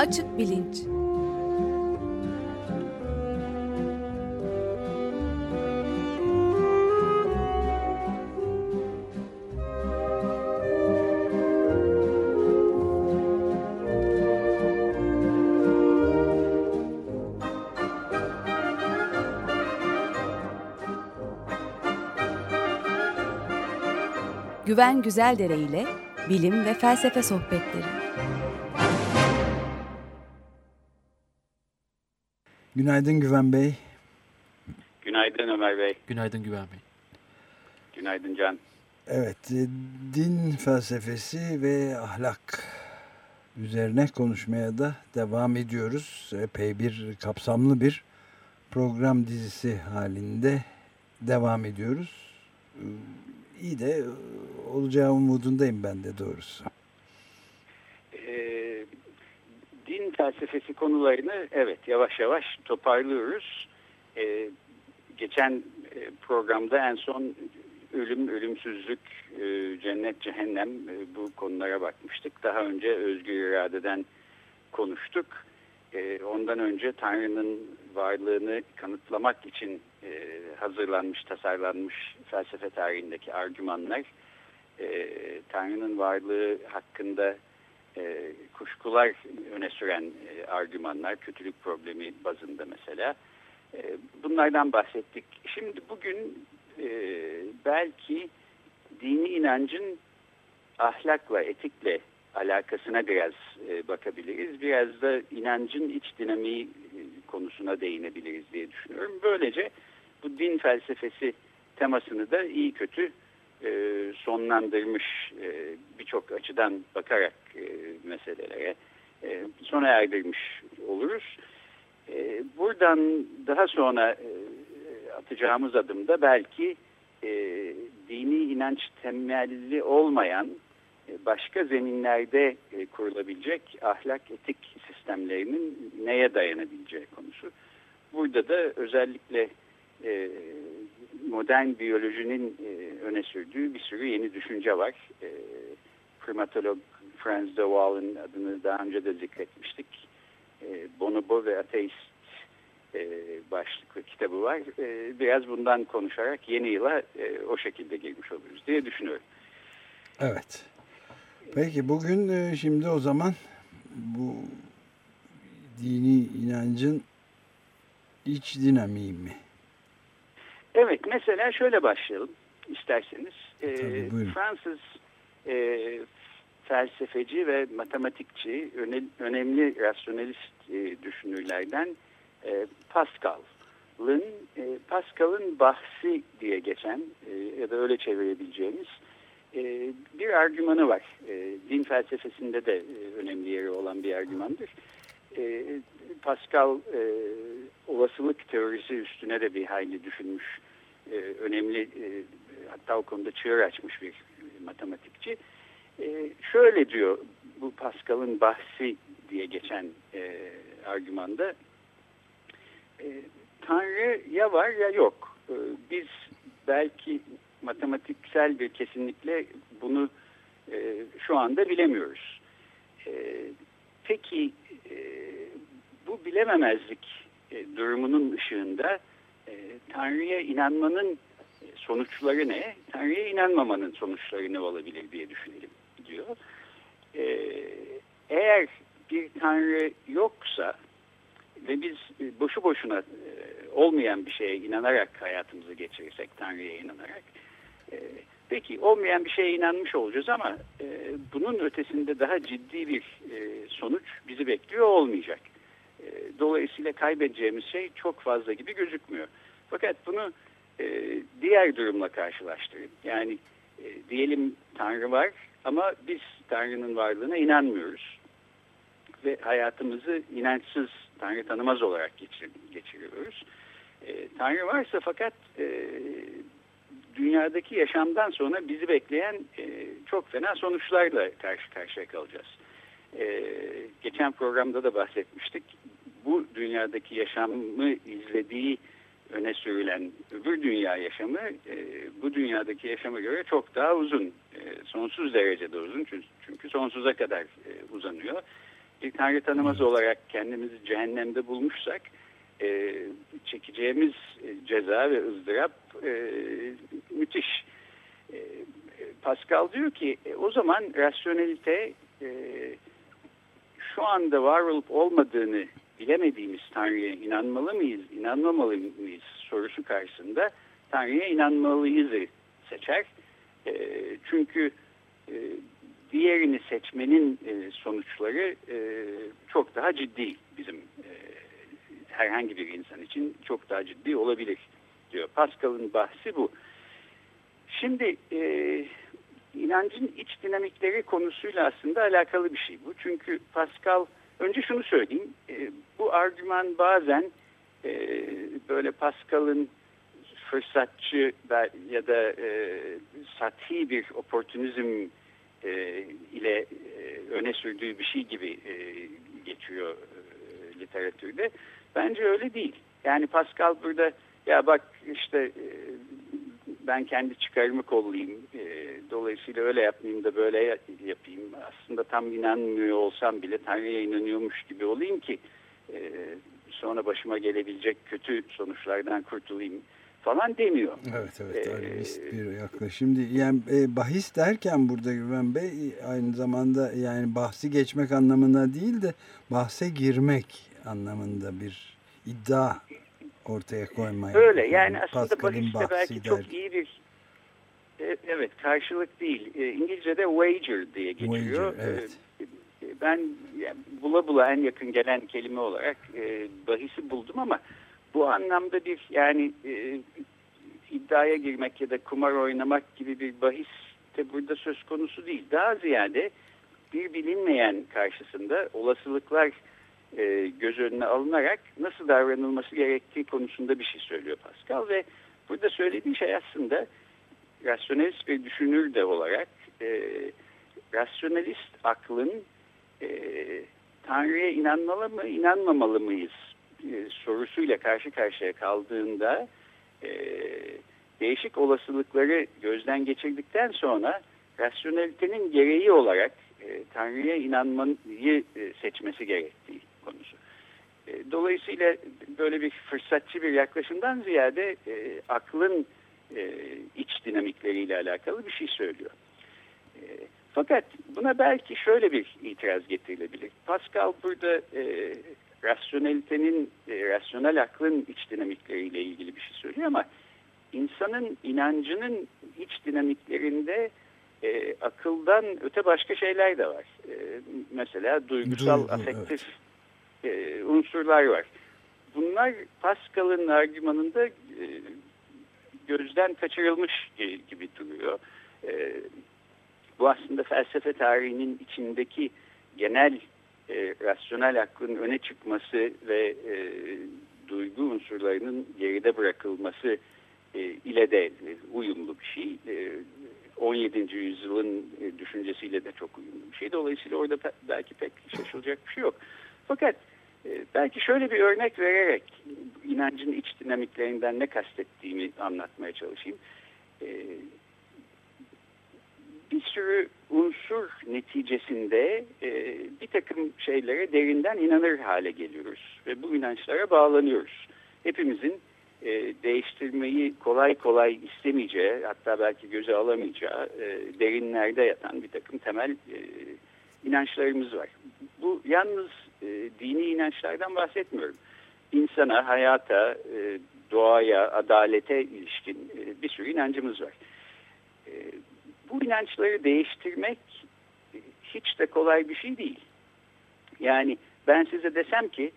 Açık bilinç. Güven Güzeldere ile bilim ve felsefe sohbetleri. Günaydın Güven Bey. Günaydın Ömer Bey. Günaydın Güven Bey. Günaydın Can. Evet, din felsefesi ve ahlak üzerine konuşmaya da devam ediyoruz. Epey bir kapsamlı bir program dizisi halinde devam ediyoruz. İyi de olacağı umudundayım ben de doğrusu. Din felsefesi konularını evet yavaş yavaş toparlıyoruz. Geçen programda en son ölüm, ölümsüzlük, cennet, cehennem bu konulara bakmıştık. Daha önce özgür iradeden konuştuk. Ondan önce Tanrı'nın varlığını kanıtlamak için hazırlanmış, tasarlanmış felsefe tarihindeki argümanlar, Tanrı'nın varlığı hakkında kuşkular öne süren argümanlar, kötülük problemi bazında mesela. Bunlardan bahsettik. Şimdi bugün belki dini inancın ahlakla, etikle alakasına biraz bakabiliriz. Biraz da inancın iç dinamiği konusuna değinebiliriz diye düşünüyorum. Böylece bu din felsefesi temasını da iyi kötü sonlandırmış, birçok açıdan bakarak meselelere sona erdirmiş oluruz. Buradan daha sonra atacağımız adımda belki dini inanç temelli olmayan başka zeminlerde kurulabilecek ahlak etik sistemlerinin neye dayanabileceği konusu. Burada da özellikle modern biyolojinin öne sürdüğü bir sürü yeni düşünce var. Primatolog Franz de Waal'ın adını daha önce de zikretmiştik. Bonobo ve Ateist başlıklı kitabı var. Biraz bundan konuşarak yeni yıla o şekilde girmiş oluruz diye düşünüyorum. Evet. Peki bugün şimdi o zaman bu dini inancın iç dinamiği mi? Evet, mesela şöyle başlayalım isterseniz. Tabii, Fransız felsefeci ve matematikçi, önemli rasyonelist düşünürlerden Pascal'ın bahsi diye geçen ya da öyle çevirebileceğimiz bir argümanı var. Din felsefesinde de önemli yeri olan bir argümandır. Pascal olasılık teorisi üstüne de bir hayli düşünmüş, önemli, hatta o konuda çığır açmış bir matematikçi. Şöyle diyor bu Pascal'ın bahsi diye geçen argümanda, Tanrı ya var ya yok. Biz belki matematiksel bir kesinlikle bunu şu anda bilemiyoruz. Peki bu bilememezlik durumunun ışığında Tanrı'ya inanmanın sonuçları ne? Tanrı'ya inanmamanın sonuçları ne olabilir diye düşünelim diyor. Eğer bir Tanrı yoksa ve biz boşu boşuna olmayan bir şeye inanarak hayatımızı geçirirsek, Tanrı'ya inanarak, peki olmayan bir şeye inanmış olacağız ama bunun ötesinde daha ciddi bir sonuç bizi bekliyor olmayacak. Dolayısıyla kaybedeceğimiz şey çok fazla gibi gözükmüyor. Fakat bunu diğer durumla karşılaştırın. Yani diyelim Tanrı var ama biz Tanrı'nın varlığına inanmıyoruz. Ve hayatımızı inançsız, Tanrı tanımaz olarak geçiriyoruz. Tanrı varsa fakat dünyadaki yaşamdan sonra bizi bekleyen çok fena sonuçlarla karşı karşıya kalacağız. Geçen programda da bahsetmiştik. Bu dünyadaki yaşamı izlediği öne sürülen öbür dünya yaşamı bu dünyadaki yaşama göre çok daha uzun. Sonsuz derecede uzun çünkü sonsuza kadar uzanıyor. bir Tanrı tanımaz olarak kendimizi cehennemde bulmuşsak çekeceğimiz ceza ve ızdırap müthiş. Pascal diyor ki o zaman rasyonelite şu anda var olup olmadığını bilemediğimiz Tanrı'ya inanmalı mıyız, inanmamalı mıyız sorusu karşısında Tanrı'ya inanmalıyızı seçer. Çünkü diğerini seçmenin sonuçları çok daha ciddi bizim herhangi bir insan için çok daha ciddi olabilir diyor. Pascal'ın bahsi bu. Şimdi inancın iç dinamikleri konusuyla aslında alakalı bir şey bu. Çünkü Pascal, önce şunu söyleyeyim, bu argüman bazen böyle Pascal'ın fırsatçı ya da sathi bir oportunizm ile öne sürdüğü bir şey gibi geçiyor literatürde. Bence öyle değil. Yani Pascal burada ya bak işte ben kendi çıkarımı kollayayım, dolayısıyla öyle yapmayayım da böyle yapayım. Aslında tam inanmıyor olsam bile Tanrı'ya inanıyormuş gibi olayım ki sonra başıma gelebilecek kötü sonuçlardan kurtulayım falan demiyor. Evet, arivist bir yaklaşım değil. Yani bahis derken burada Güven Bey aynı zamanda yani bahsi geçmek anlamına değil de bahse girmek anlamında bir iddia ortaya koymaya. Öyle yani aslında bahis de belki derken çok iyi bir karşılık değil. İngilizce'de wager diye geçiyor. Wager, evet. Ben bula en yakın gelen kelime olarak bahisi buldum ama bu anlamda bir yani iddiaya girmek ya da kumar oynamak gibi bir bahis de burada söz konusu değil. Daha ziyade bir bilinmeyen karşısında olasılıklar göz önüne alınarak nasıl davranılması gerektiği konusunda bir şey söylüyor Pascal ve burada söylediği şey aslında rasyonelist bir düşünür de olarak rasyonelist aklın Tanrı'ya inanmalı mı, inanmamalı mıyız sorusuyla karşı karşıya kaldığında değişik olasılıkları gözden geçirdikten sonra rasyonelitenin gereği olarak Tanrı'ya inanmayı seçmesi gerektiği konusu. Dolayısıyla böyle bir fırsatçı bir yaklaşımdan ziyade aklın iç dinamikleriyle alakalı bir şey söylüyor. Fakat buna belki şöyle bir itiraz getirilebilir. Pascal burada rasyonelitenin, rasyonel aklın iç dinamikleriyle ilgili bir şey söylüyor ama insanın inancının iç dinamiklerinde akıldan öte başka şeyler de var. Mesela duygusal, afektif unsurlar var. Bunlar Pascal'ın argümanında gözden kaçırılmış gibi duruyor. Bu aslında felsefe tarihinin içindeki genel rasyonel aklın öne çıkması ve duygu unsurlarının geride bırakılması ile de uyumlu bir şey. 17. yüzyılın düşüncesiyle de çok uyumlu bir şey. Dolayısıyla orada belki pek şaşılacak bir şey yok. Fakat belki şöyle bir örnek vererek inancın iç dinamiklerinden ne kastettiğimi anlatmaya çalışayım. Bir sürü unsur neticesinde bir takım şeylere derinden inanır hale geliyoruz ve bu inançlara bağlanıyoruz. Hepimizin değiştirmeyi kolay kolay istemeyeceği, hatta belki göze alamayacağı derinlerde yatan bir takım temel inançlarımız var. Bu yalnız dini inançlardan bahsetmiyorum. İnsana, hayata, doğaya, adalete ilişkin bir sürü inancımız var. Bu inançları değiştirmek hiç de kolay bir şey değil. Yani ben size desem ki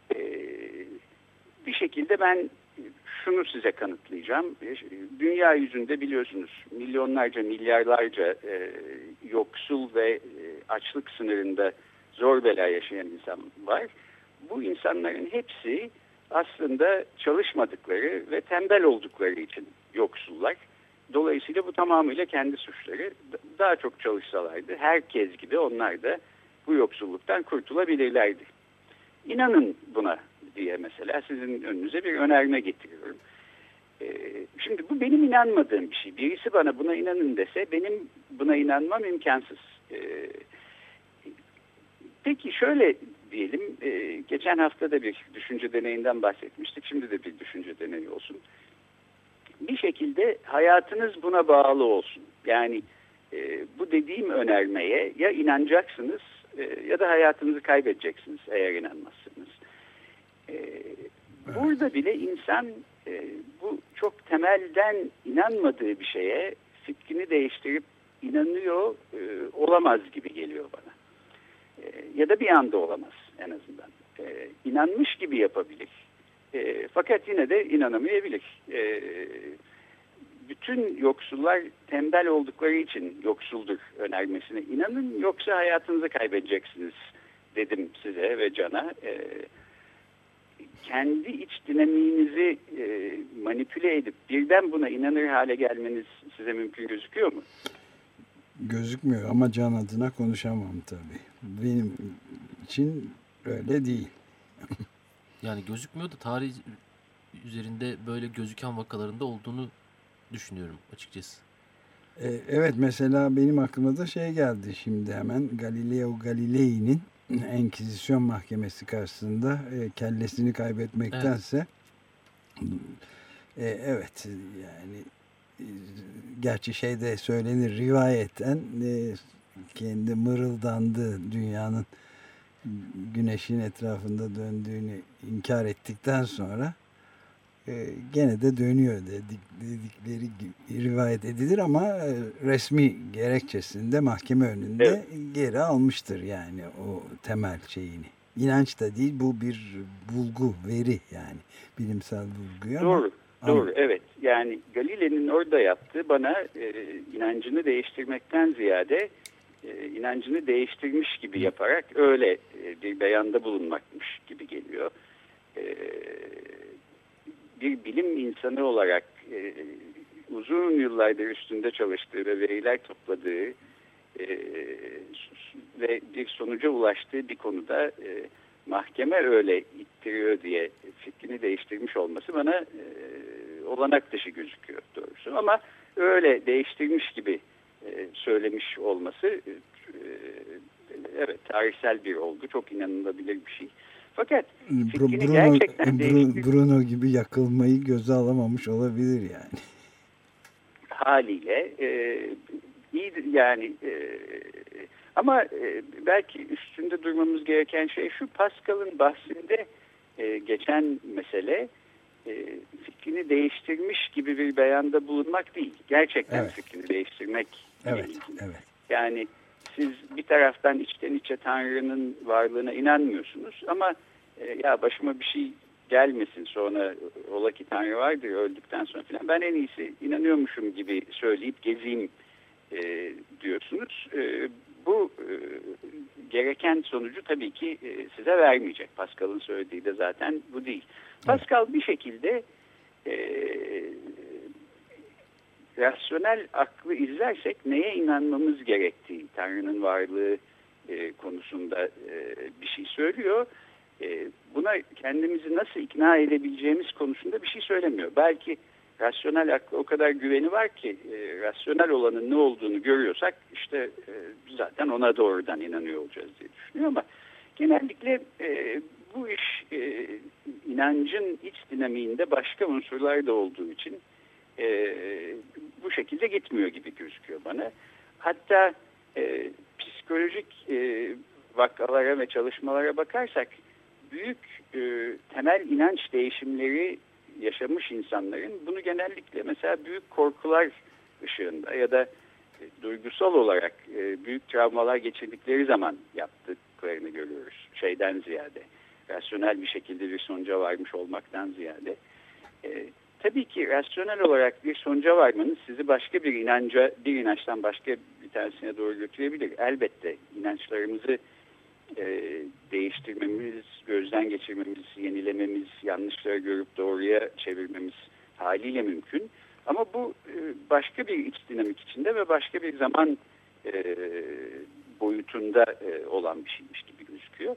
bir şekilde ben şunu size kanıtlayacağım. Dünya yüzünde biliyorsunuz milyonlarca, milyarlarca yoksul ve açlık sınırında zor bela yaşayan insan var. Bu insanların hepsi aslında çalışmadıkları ve tembel oldukları için yoksullar. Dolayısıyla bu tamamıyla kendi suçları. Daha çok çalışsalardı herkes gibi onlar da bu yoksulluktan kurtulabilirlerdi. İnanın buna diye mesela sizin önünüze bir önerme getiriyorum. Şimdi bu benim inanmadığım bir şey. Birisi bana buna inanın dese benim buna inanmam imkansız. Peki şöyle diyelim, geçen hafta da bir düşünce deneyinden bahsetmiştik. Şimdi de bir düşünce deneyi olsun. Bir şekilde hayatınız buna bağlı olsun. Yani bu dediğim önermeye ya inanacaksınız ya da hayatınızı kaybedeceksiniz eğer inanmazsınız. Burada bile insan bu çok temelden inanmadığı bir şeye fikrini değiştirip inanıyor olamaz gibi geliyor bana. Ya da bir anda olamaz en azından. İnanmış gibi yapabilir. Fakat yine de inanamayabilir. Bütün yoksullar tembel oldukları için yoksuldur önermesine inanın, yoksa hayatınızı kaybedeceksiniz dedim size ve Can'a. Kendi iç dinamiğinizi manipüle edip birden buna inanır hale gelmeniz size mümkün gözüküyor mu? Gözükmüyor ama Can adına konuşamam tabii. Benim için öyle değil. Yani gözükmüyor da tarih üzerinde böyle gözüken vakalarında olduğunu düşünüyorum açıkçası. Evet, mesela benim aklıma da şey geldi şimdi hemen. Galileo Galilei'nin Enkizisyon Mahkemesi karşısında kellesini kaybetmektense evet yani gerçi şeyde söylenir rivayeten kendi mırıldandı, dünyanın güneşin etrafında döndüğünü inkar ettikten sonra gene de dönüyor dedikleri gibi rivayet edilir ama resmi gerekçesinde mahkeme önünde geri almıştır yani o temel şeyini. İnanç da değil, bu bir bulgu, veri yani bilimsel bulgu. Doğru, evet. Yani Galile'nin orada yaptığı bana inancını değiştirmekten ziyade inancını değiştirmiş gibi yaparak öyle bir beyanda bulunmakmış gibi geliyor. Bir bilim insanı olarak uzun yıllardır üstünde çalıştığı ve veriler topladığı ve bir sonuca ulaştığı bir konuda mahkeme öyle ittiriyor diye fikrini değiştirmiş olması bana olanak dışı gözüküyor doğrusu. Ama öyle değiştirmiş gibi söylemiş olması evet tarihsel bir olgu, çok inanılabilir bir şey. Fakat fikrini gerçekten Bruno gibi yakılmayı göze alamamış olabilir yani. Haliyle iyidir yani ama belki üstünde durmamız gereken şey şu: Pascal'ın bahsinde geçen mesele fikrini değiştirmiş gibi bir beyanda bulunmak değil. Gerçekten fikrini değiştirmek değil. Evet. Yani siz bir taraftan içten içe Tanrı'nın varlığına inanmıyorsunuz ama ya başıma bir şey gelmesin sonra, ola ki Tanrı vardır öldükten sonra falan, ben en iyisi inanıyormuşum gibi söyleyip gezeyim diyorsunuz. Bu gereken sonucu tabii ki size vermeyecek. Pascal'ın söylediği de zaten bu değil. Pascal bir şekilde rasyonel aklı izlersek neye inanmamız gerektiği, Tanrı'nın varlığı konusunda bir şey söylüyor. Buna kendimizi nasıl ikna edebileceğimiz konusunda bir şey söylemiyor. Belki rasyonel akla o kadar güveni var ki rasyonel olanın ne olduğunu görüyorsak işte zaten ona doğrudan inanıyor olacağız diye düşünüyor ama genellikle bu iş inancın iç dinamiğinde başka unsurlar da olduğu için bu şekilde gitmiyor gibi gözüküyor bana. Hatta psikolojik vakalara ve çalışmalara bakarsak büyük temel inanç değişimleri yaşamış insanların bunu genellikle mesela büyük korkular ışığında ya da duygusal olarak büyük travmalar geçirdikleri zaman yaptıklarını görüyoruz. Şeyden ziyade, rasyonel bir şekilde bir sonuca varmış olmaktan ziyade. Tabii ki rasyonel olarak bir sonuca varmanız sizi başka bir inanca, bir inançtan başka bir tanesine doğru götürebilir. Elbette inançlarımızı değiştirmemiz, gözden geçirmemiz, yenilememiz, yanlışları görüp doğruya çevirmemiz haliyle mümkün. Ama bu başka bir iç dinamik içinde ve başka bir zaman boyutunda olan bir şeymiş gibi gözüküyor.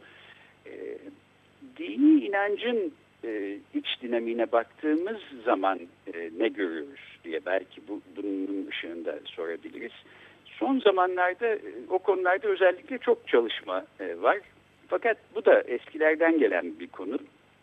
Dini inancın iç dinamiğine baktığımız zaman ne görüyoruz diye belki bunun ışığında sorabiliriz. son zamanlarda o konularda özellikle çok çalışma var. Fakat bu da eskilerden gelen bir konu.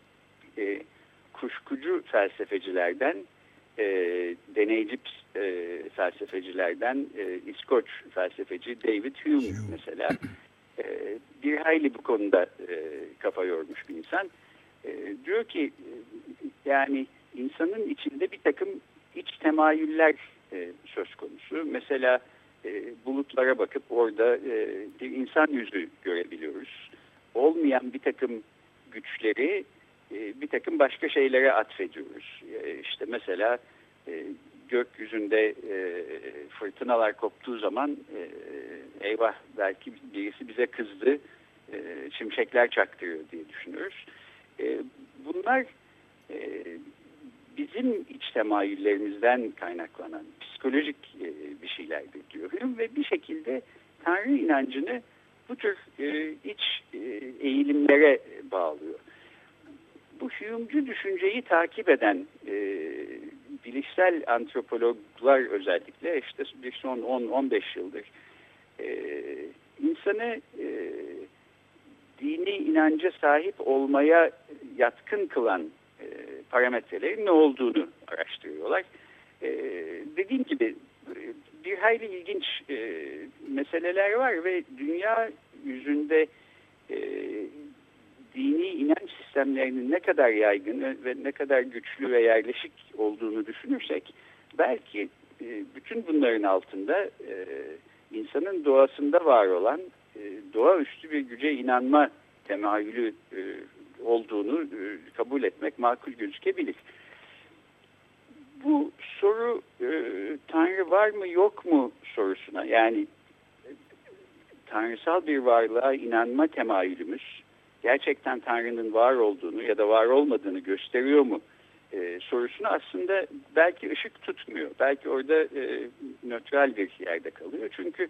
Kuşkucu felsefecilerden, deneyici felsefecilerden İskoç felsefeci David Hume mesela bir hayli bu konuda kafa yormuş bir insan. Diyor ki yani insanın içinde bir takım iç temayüller söz konusu. Mesela bulutlara bakıp orada bir insan yüzü görebiliyoruz. Olmayan bir takım güçleri bir takım başka şeylere atfediyoruz. İşte mesela gökyüzünde fırtınalar koptuğu zaman eyvah belki birisi bize kızdı, şimşekler çaktırıyor diye düşünüyoruz. Bunlar bizim iç temayüllerimizden kaynaklanan psikolojik bir şeylerdir diyor. Ve bir şekilde Tanrı inancını bu tür iç eğilimlere bağlıyor. Bu Hume'cu düşünceyi takip eden bilişsel antropologlar özellikle işte bir son 10-15 yıldır insanı dini inanca sahip olmaya yatkın kılan parametrelerin ne olduğunu araştırıyorlar. Dediğim gibi bir hayli ilginç meseleler var ve dünya yüzünde dini inanç sistemlerinin ne kadar yaygın ve ne kadar güçlü ve yerleşik olduğunu düşünürsek belki bütün bunların altında insanın doğasında var olan doğaüstü bir güce inanma temayülü olduğunu kabul etmek makul gözükebilir. Bu soru Tanrı var mı yok mu sorusuna, yani tanrısal bir varlığa inanma temayülümüz gerçekten Tanrı'nın var olduğunu ya da var olmadığını gösteriyor mu sorusuna aslında belki ışık tutmuyor. Belki orada nötral bir yerde kalıyor. Çünkü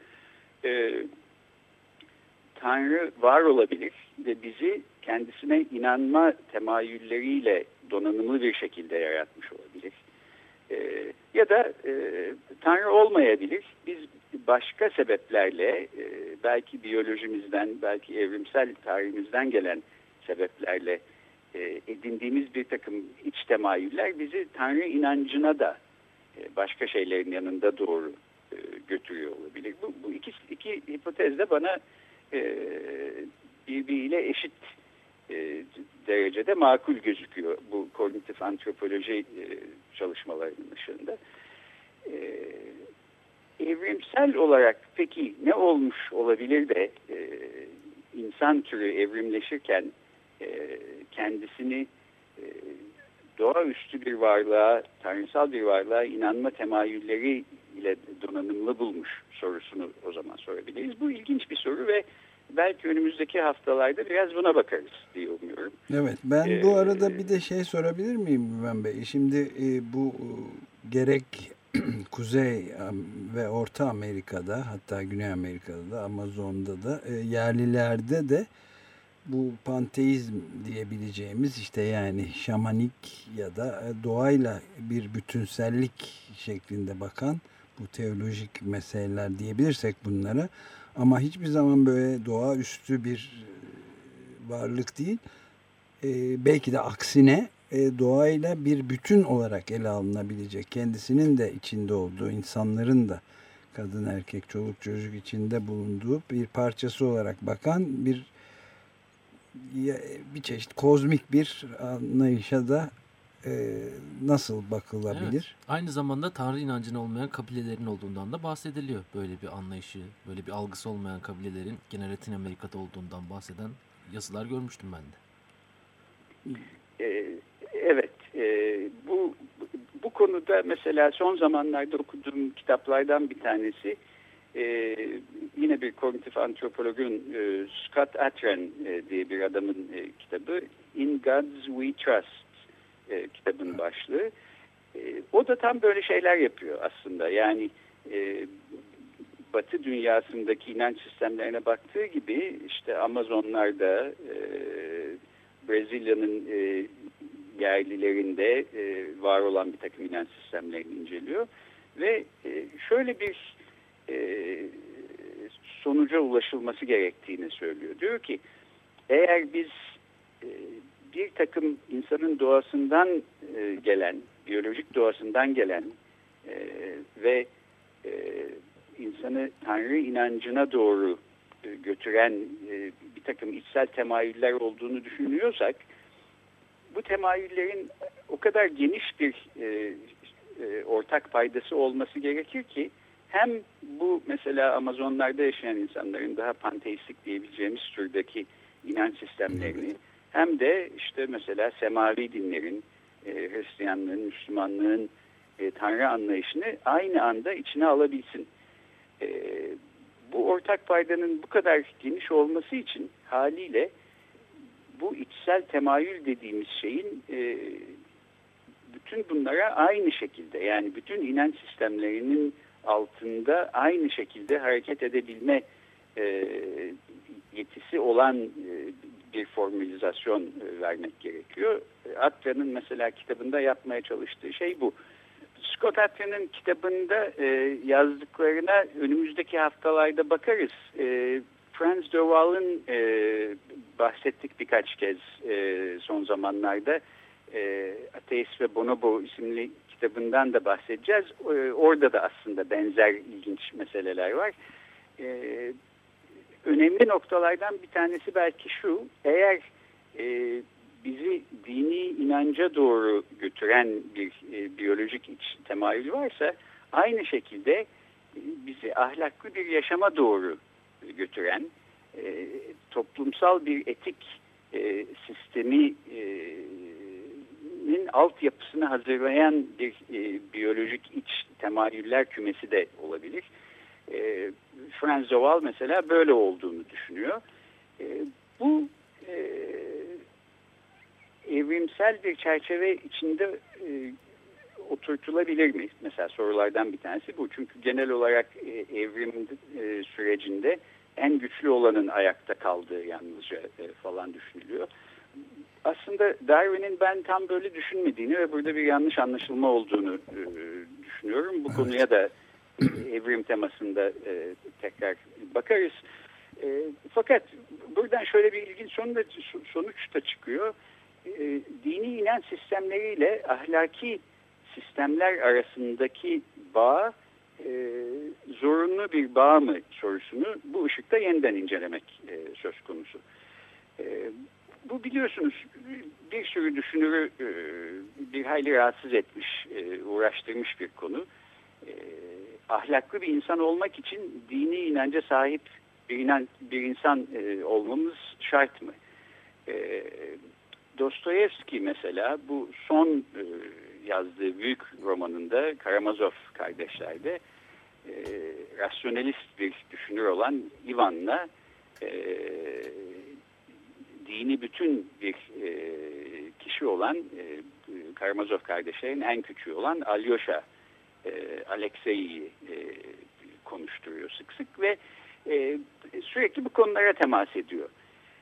Tanrı var olabilir ve bizi kendisine inanma temayülleriyle donanımlı bir şekilde yaratmış olabilir. Ya da Tanrı olmayabilir. Biz başka sebeplerle belki biyolojimizden, belki evrimsel tarihimizden gelen sebeplerle edindiğimiz bir takım iç temayüller bizi Tanrı inancına da başka şeylerin yanında doğru götürüyor olabilir. Bu iki hipotez de bana birbiriyle eşit derecede makul gözüküyor bu kognitif antropoloji çalışmalarının ışığında. Evrimsel olarak peki ne olmuş olabilir de insan türü evrimleşirken kendisini doğaüstü bir varlığa, tanrısal bir varlığa inanma temayülleri ile donanımlı bulmuş sorusunu o zaman sorabiliriz. Bu ilginç bir soru ve belki önümüzdeki haftalarda biraz buna bakarız diye umuyorum. Evet, ben bu arada bir de şey sorabilir miyim Güven Bey? Şimdi bu gerek Kuzey ve Orta Amerika'da, hatta Güney Amerika'da da, Amazon'da da yerlilerde de bu panteizm diyebileceğimiz işte yani şamanik ya da doğayla bir bütünsellik şeklinde bakan bu teolojik meseleler diyebilirsek bunlara, ama hiçbir zaman böyle doğaüstü bir varlık değil, belki de aksine doğayla bir bütün olarak ele alınabilecek, kendisinin de içinde olduğu, insanların da kadın erkek çoluk çocuk içinde bulunduğu bir parçası olarak bakan bir çeşit kozmik bir anlayışa da nasıl bakılabilir? Evet. Aynı zamanda Tanrı inancına olmayan kabilelerin olduğundan da bahsediliyor. Böyle bir anlayışı, böyle bir algısı olmayan kabilelerin gene Latin Amerika'da olduğundan bahseden yazılar görmüştüm ben de. Evet, bu konuda mesela son zamanlarda okuduğum kitaplardan bir tanesi yine bir kognitif antropologun Scott Atran diye bir adamın kitabı In Gods We Trust kitabın başlığı. O da tam böyle şeyler yapıyor aslında. Yani Batı dünyasındaki inanç sistemlerine baktığı gibi işte Amazonlarda, Brezilya'nın yerlilerinde var olan bir takım inanç sistemlerini inceliyor. Ve şöyle bir sonuca ulaşılması gerektiğini söylüyor. Diyor ki eğer biz bir takım insanın doğasından gelen, biyolojik doğasından gelen ve insanı Tanrı inancına doğru götüren bir takım içsel temayüller olduğunu düşünüyorsak, bu temayüllerin o kadar geniş bir ortak paydası olması gerekir ki hem bu mesela Amazonlarda yaşayan insanların daha panteistik diyebileceğimiz türdeki inanç sistemlerini hem de işte mesela semavi dinlerin, Hristiyanlığın, Müslümanlığın Tanrı anlayışını aynı anda içine alabilsin. Bu ortak paydanın bu kadar geniş olması için haliyle bu içsel temayül dediğimiz şeyin bütün bunlara aynı şekilde, yani bütün inanç sistemlerinin altında aynı şekilde hareket edebilme yetisi olan bir formülizasyon vermek gerekiyor. Attra'nın mesela kitabında yapmaya çalıştığı şey bu. Scott Attra'nın kitabında yazdıklarına önümüzdeki haftalarda bakarız. Franz de Waal'ın bahsettik birkaç kez son zamanlarda. Ateist ve Bonobo isimli kitabından da bahsedeceğiz. Orada da aslında benzer ilginç meseleler var. Önemli noktalardan bir tanesi belki şu: eğer bizi dini inanca doğru götüren bir biyolojik iç temayül varsa, aynı şekilde bizi ahlaklı bir yaşama doğru götüren toplumsal bir etik sisteminin altyapısını hazırlayan bir biyolojik iç temayüller kümesi de olabilir. Franz de Waal mesela böyle olduğunu düşünüyor. Bu evrimsel bir çerçeve içinde oturtulabilir mi? Mesela sorulardan bir tanesi bu. Çünkü genel olarak evrim sürecinde en güçlü olanın ayakta kaldığı yalnızca falan düşünülüyor. Aslında Darwin'in ben tam böyle düşünmediğini ve burada bir yanlış anlaşılma olduğunu düşünüyorum. Bu konuya da evrim temasında tekrar bakarız. Fakat buradan şöyle bir ilginç sonuç da çıkıyor. Dini inanç sistemleriyle ahlaki sistemler arasındaki bağ zorunlu bir bağ mı sorusunu bu ışıkta yeniden incelemek söz konusu. Bu biliyorsunuz bir sürü düşünürü bir hayli rahatsız etmiş, uğraştırmış bir konu. Ahlaklı bir insan olmak için dini inanca sahip bir insan olmamız şart mı? Dostoyevski mesela bu son yazdığı büyük romanında Karamazov kardeşlerde rasyonelist bir düşünür olan Ivan'la dini bütün bir kişi olan Karamazov kardeşlerin en küçüğü olan Alyosha Alexey'i konuşturuyor sık sık ve sürekli bu konulara temas ediyor.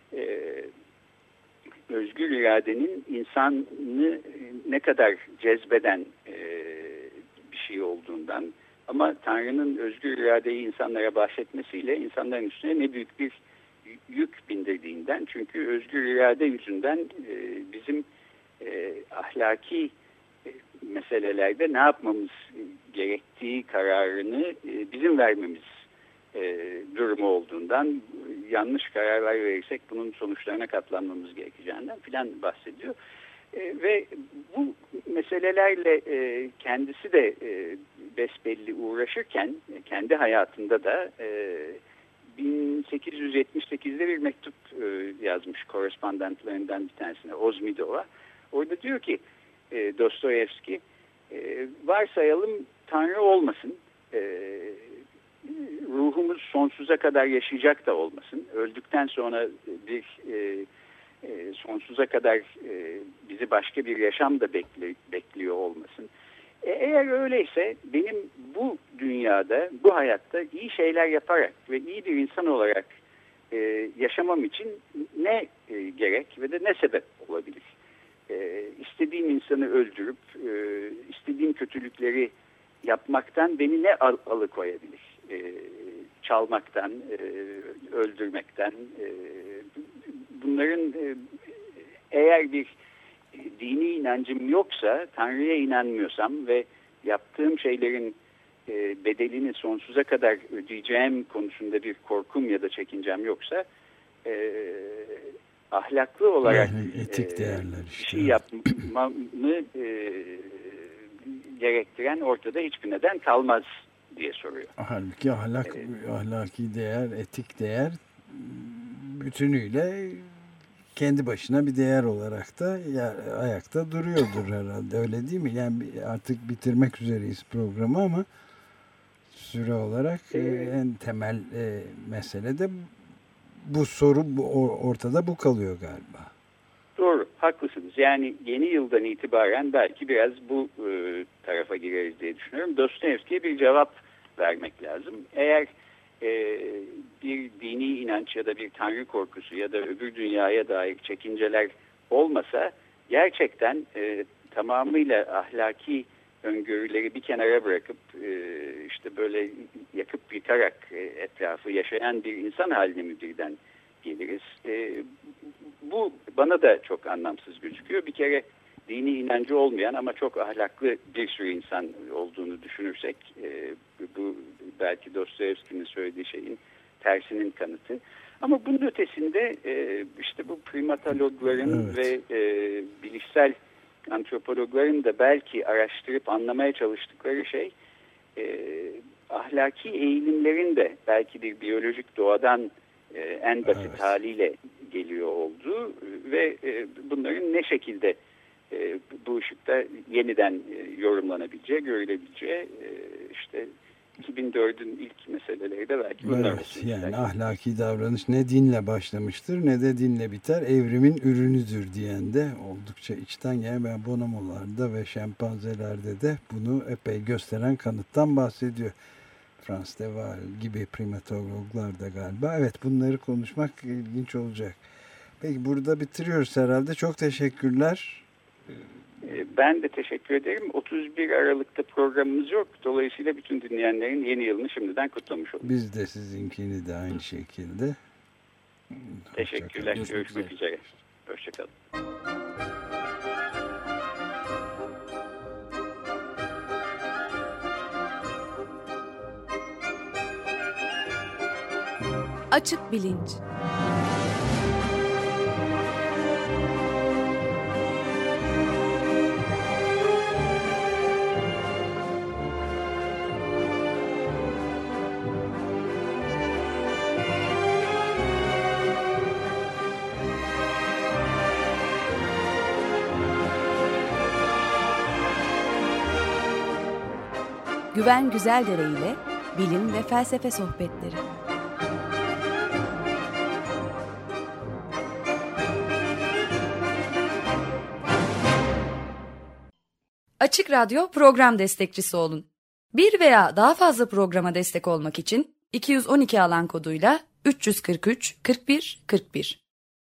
Özgür iradenin insanı ne kadar cezbeden bir şey olduğundan, ama Tanrı'nın özgür iradeyi insanlara bahşetmesiyle insanların üstüne ne büyük bir yük bindirdiğinden, çünkü özgür irade yüzünden bizim ahlaki meselelerde ne yapmamız gerektiği kararını bizim vermemiz durumu olduğundan, yanlış kararlar verirsek bunun sonuçlarına katlanmamız gerekeceğinden filan bahsediyor. Ve bu meselelerle kendisi de besbelli uğraşırken kendi hayatında da 1878'de bir mektup yazmış korespondentlarından bir tanesine, Ozmidov'a. Orada diyor ki Dostoyevski, varsayalım Tanrı olmasın, ruhumuz sonsuza kadar yaşayacak da olmasın, öldükten sonra bir sonsuza kadar bizi başka bir yaşam da bekliyor olmasın. Eğer öyleyse benim bu dünyada, bu hayatta iyi şeyler yaparak ve iyi bir insan olarak yaşamam için ne gerek ve de ne sebep olabilir? İstediğim insanı öldürüp istediğim kötülükleri yapmaktan beni ne alıkoyabilir? çalmaktan, öldürmekten, bunların eğer bir dini inancım yoksa, Tanrı'ya inanmıyorsam ve yaptığım şeylerin bedelini sonsuza kadar ödeyeceğim konusunda bir korkum ya da çekincem yoksa, ahlaklı olarak etik değerler bir şey yapmamı gerektiren ortada hiçbir neden kalmaz diye soruyor. Halbuki ahlaki değer, etik değer bütünüyle kendi başına bir değer olarak da ayakta duruyordur herhalde, öyle değil mi? Yani artık bitirmek üzereyiz programı ama süre olarak en temel mesele de bu soru ortada, bu kalıyor galiba. Doğru, haklısınız. Yani yeni yıldan itibaren belki biraz bu tarafa gireriz diye düşünüyorum. Dostoyevski'ye bir cevap vermek lazım. Eğer bir dini inanç ya da bir tanrı korkusu ya da öbür dünyaya dair çekinceler olmasa, gerçekten tamamıyla ahlaki öngörüleri bir kenara bırakıp işte böyle yakıp yıkarak etrafı yaşayan bir insan haline mi birden geliriz? Bu bana da çok anlamsız gözüküyor. Bir kere dini inancı olmayan ama çok ahlaklı bir sürü insan olduğunu düşünürsek, bu belki Dostoyevski'nin söylediği şeyin tersinin kanıtı. Ama bunun ötesinde işte bu primatologların ve bilişsel antropologların da belki araştırıp anlamaya çalıştıkları şey, ahlaki eğilimlerin de belki bir biyolojik doğadan en basit haliyle geliyor olduğu ve bunların ne şekilde bu ışıkta yeniden yorumlanabileceği, görülebileceği, işte 2004'ün ilk meseleleri de belki bunlar. Evet, yani ahlaki davranış ne dinle başlamıştır ne de dinle biter, evrimin ürünüdür diyen de oldukça içten gelen, ben bonomolarda ve şempanzelerde de bunu epey gösteren kanıttan bahsediyor. Frans de Waal gibi primatologlar da galiba. Evet, bunları konuşmak ilginç olacak. Peki burada bitiriyoruz herhalde. Çok teşekkürler. Ben de teşekkür ederim. 31 Aralık'ta programımız yok. Dolayısıyla bütün dinleyenlerin yeni yılını şimdiden kutlamış olduk. Biz de sizinkini de aynı şekilde. Teşekkürler. Görüşmek üzere. Hoşçakalın. Açık bilinç. Güven Güzeldere ile bilim ve felsefe sohbetleri. Açık Radyo program destekçisi olun. Bir veya daha fazla programa destek olmak için 212 alan koduyla 343 41 41